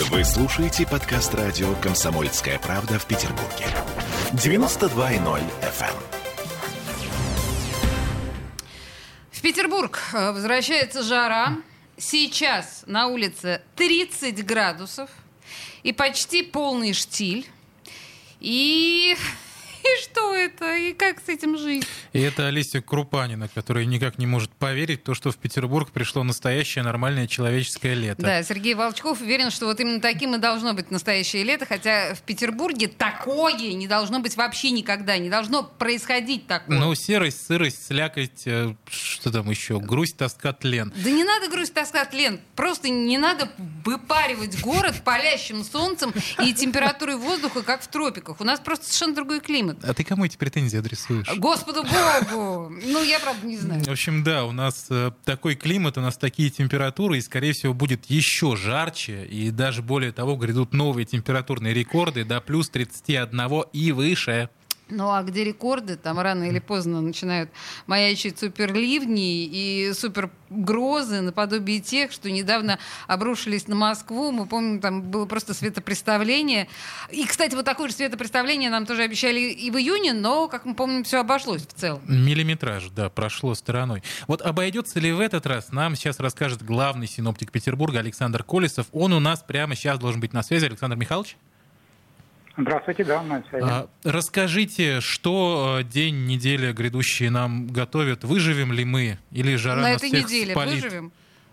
Вы слушаете подкаст радио «Комсомольская правда» в Петербурге. 92.0 FM. В Петербург возвращается жара. Сейчас на улице 30 градусов и почти полный штиль. И что это? И как с этим жить? И это Олеся Крупанина, которая никак не может поверить в то, что в Петербург пришло настоящее нормальное человеческое лето. Да, Сергей Волчков уверен, что вот именно таким и должно быть настоящее лето, хотя в Петербурге такое не должно быть вообще никогда, не должно происходить такое. Ну, серость, сырость, слякоть, что там еще, грусть, тоска, тлен. Да не надо грусть, тоска, тлен, просто не надо выпаривать город палящим солнцем и температурой воздуха, как в тропиках. У нас просто совершенно другой климат. А ты кому эти претензии адресуешь? Господу Богу! Ну, я, правда, не знаю. В общем, да, у нас такой климат, у нас такие температуры, и, скорее всего, будет еще жарче, и даже более того, грядут новые температурные рекорды до плюс 31 и выше. Ну, а где рекорды, там рано или поздно начинают маячить суперливни и супергрозы наподобие тех, что недавно обрушились на Москву. Мы помним, там было просто светопреставление. И, кстати, вот такое же светопреставление нам тоже обещали и в июне, но, как мы помним, все обошлось в целом. Миллиметраж, да, прошло стороной. Вот обойдется ли в этот раз, нам сейчас расскажет главный синоптик Петербурга Александр Колесов. Он у нас прямо сейчас должен быть на связи. Александр Михайлович? Здравствуйте, да, на связи. Расскажите, что день, неделя грядущие нам готовят? Выживем ли мы? Или жара на нас этой всех неделе спалит? выживем?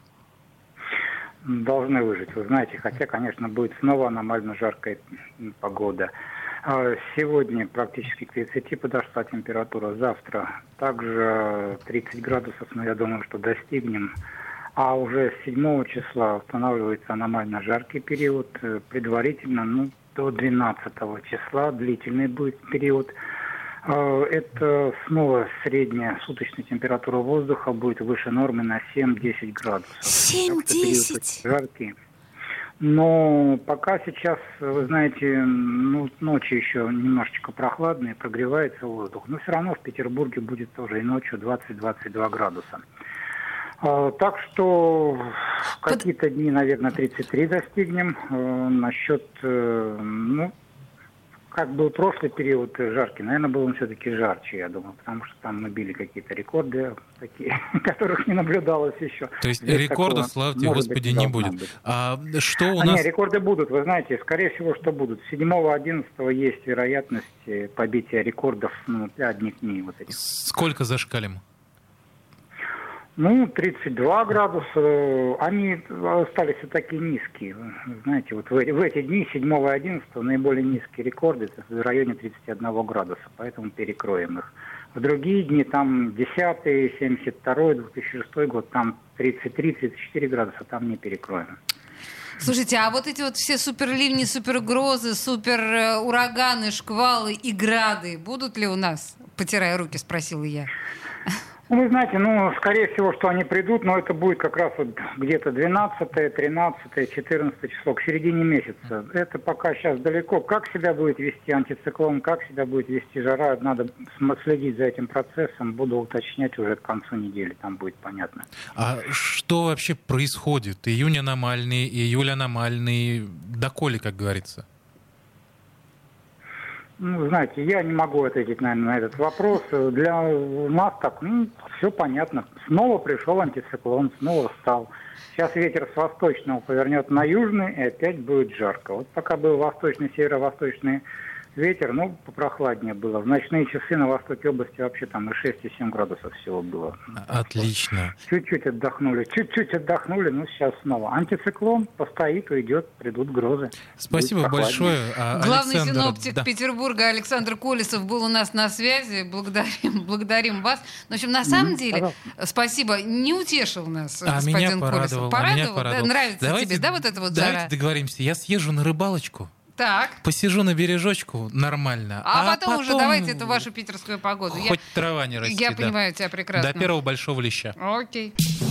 Должны выжить, вы знаете, хотя, конечно, будет снова аномально жаркая погода. Сегодня практически к 30 подошла температура, завтра также 30 градусов, но я думаю, что достигнем. А уже с 7 числа устанавливается аномально жаркий период, предварительно, до 12 числа длительный будет период. Это снова средняя суточная температура воздуха будет выше нормы на 7-10 градусов. 7-10? Жаркий. Но пока сейчас, вы знаете, ночи еще немножечко прохладные, прогревается воздух. Но все равно в Петербурге будет тоже и ночью 20-22 градуса. Так что какие-то дни, наверное, 33 достигнем. Насчет, как был прошлый период жаркий, наверное, был он все-таки жарче, я думаю, потому что там мы били какие-то рекорды, такие, которых не наблюдалось еще. То есть здесь рекордов, слава тебе, Господи, не будет. А что у нас... Нет, рекорды будут, вы знаете, скорее всего, что будут. 7-11 есть вероятность побития рекордов для одних дней. Вот этих. Сколько зашкалим? 32 градуса, они остались такие низкие. Знаете, вот в эти дни, 7-11, наиболее низкие рекорды, это в районе 31 градуса, поэтому перекроем их. В другие дни, там 10-й, 72-й, 2006 год, там 33-34 градуса, там не перекроем. Слушайте, а вот эти вот все суперливни, супергрозы, суперураганы, шквалы и грады будут ли у нас? Потирая руки, спросила я. Вы знаете, скорее всего, что они придут, но это будет как раз вот где-то 12, 13, 14 число, к середине месяца. Это пока сейчас далеко. Как себя будет вести антициклон, как себя будет вести жара, надо следить за этим процессом. Буду уточнять уже к концу недели, там будет понятно. А что вообще происходит? Июнь аномальный, июль аномальный, доколе, как говорится? Знаете, я не могу ответить, наверное, на этот вопрос. Для нас так, все понятно. Снова пришел антициклон, снова встал. Сейчас ветер с восточного повернет на южный, и опять будет жарко. Вот пока был восточный, северо-восточный ветер, попрохладнее было. В ночные часы на востоке области вообще там и 6, и 7 градусов всего было. Отлично. Чуть-чуть отдохнули, но сейчас снова. Антициклон постоит, уйдет, придут грозы. Спасибо большое. Главный синоптик Петербурга Александр Колесов был у нас на связи. Благодарим вас. В общем, на самом деле, спасибо, не утешил нас господин Колесов. Порадовал? Да, нравится тебе, да, вот это вот жара? Давайте договоримся. Я съезжу на рыбалочку. Так. Посижу на бережочку нормально. А потом уже давайте эту вашу питерскую погоду. Хоть трава не растет. Я понимаю тебя прекрасно. До первого большого леща. Окей.